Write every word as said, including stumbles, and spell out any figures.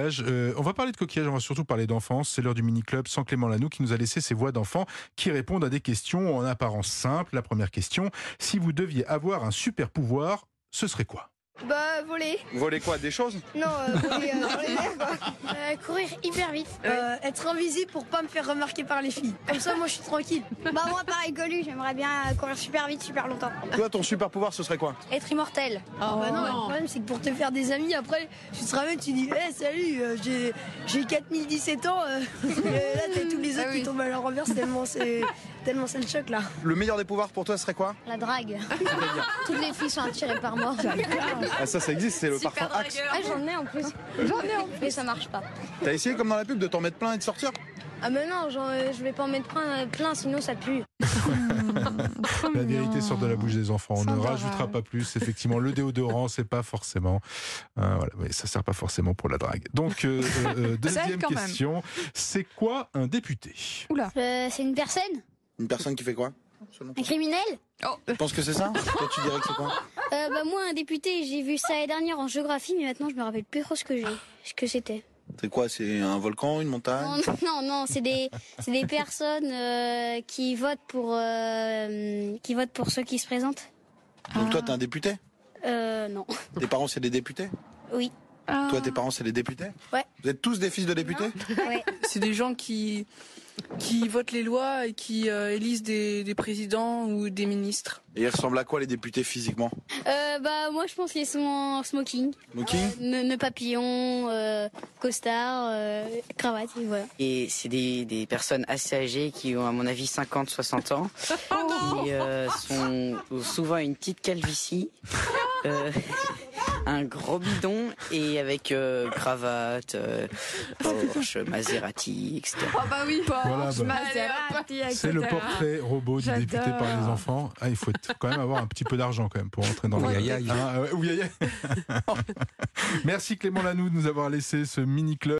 coquillages. Euh, on va parler de coquillages, on va surtout parler d'enfance. C'est l'heure du mini-club sans Clément Lanoux qui nous a laissé ses voix d'enfants qui répondent à des questions en apparence simples. La première question, si vous deviez avoir un super pouvoir, ce serait quoi ? Bah, voler. Voler quoi? Des choses? Non, euh, voler euh, dans les airs, quoi. Euh, courir hyper vite. Euh, être invisible pour pas me faire remarquer par les filles. Comme ça, moi, je suis tranquille. Bah, moi, pareil que lui, j'aimerais bien courir super vite, super longtemps. Toi, ton super pouvoir, ce serait quoi? Être immortel. Ah bah non, le problème, c'est que pour te faire des amis, après, tu te ramènes, tu dis, hé, salut, euh, j'ai, j'ai quatre mille dix-sept ans, euh, et là, t'as tous les autres Ah qui oui. tombent à leur renverse tellement c'est, tellement c'est le choc, là. Le meilleur des pouvoirs pour toi, ce serait quoi? La drague. Toutes les filles sont attirées par moi. Ah, ça, ça existe, c'est le parfum Axe. Ah, j'en ai en plus. J'en ai en plus. Mais ça marche pas. T'as essayé, comme dans la pub, de t'en mettre plein et de sortir? Ah, mais non, genre, euh, je vais pas en mettre plein, plein sinon ça pue. La vérité sort de la bouche des enfants. On ne Sympa. rajoutera pas plus. Effectivement, le déodorant, c'est pas forcément. Euh, voilà, mais ça sert pas forcément pour la drague. Donc, euh, euh, deuxième quand même. question, c'est quoi un député? Oula. Euh, c'est une personne? Une personne qui fait quoi? Un criminel? Tu penses que c'est ça? Toi, tu dirais que c'est quoi? Euh, bah, moi, un député, j'ai vu ça l'année dernière en géographie, mais maintenant je me rappelle plus trop ce que j'ai, ce que c'était. C'est quoi? C'est un volcan, une montagne? Non, non, non, c'est des, c'est des personnes euh, qui votent pour, euh, qui votent pour ceux qui se présentent. Donc toi, t'es un député? Euh, non. Tes parents, c'est des députés? Oui. Ah. Toi, tes parents, c'est des députés? Ouais. Vous êtes tous des fils de députés? Ouais. C'est des gens qui, qui votent les lois et qui euh, élisent des, des présidents ou des ministres. Et ils ressemblent à quoi, les députés, physiquement? Euh, bah, moi, je pense qu'ils sont en smoking. Smoking? Nœud nœud papillon, euh, costard, euh, cravate, et voilà. Et c'est des, des personnes assez âgées qui ont, à mon avis, cinquante soixante ans, qui euh, sont ont souvent une petite calvitie, euh, un gros bidon et avec euh, cravate, euh, Porsche, Maserati, et cetera. Ah bah oui, Voilà, bah, Maserati, c'est le portrait robot du J'adore. député par les enfants. Ah, il faut être- quand même avoir un petit peu d'argent quand même pour entrer dans le. Oui, aïe, aïe. Hein, euh, oui, aïe, aïe. Merci Clément Lanoux de nous avoir laissé ce mini club.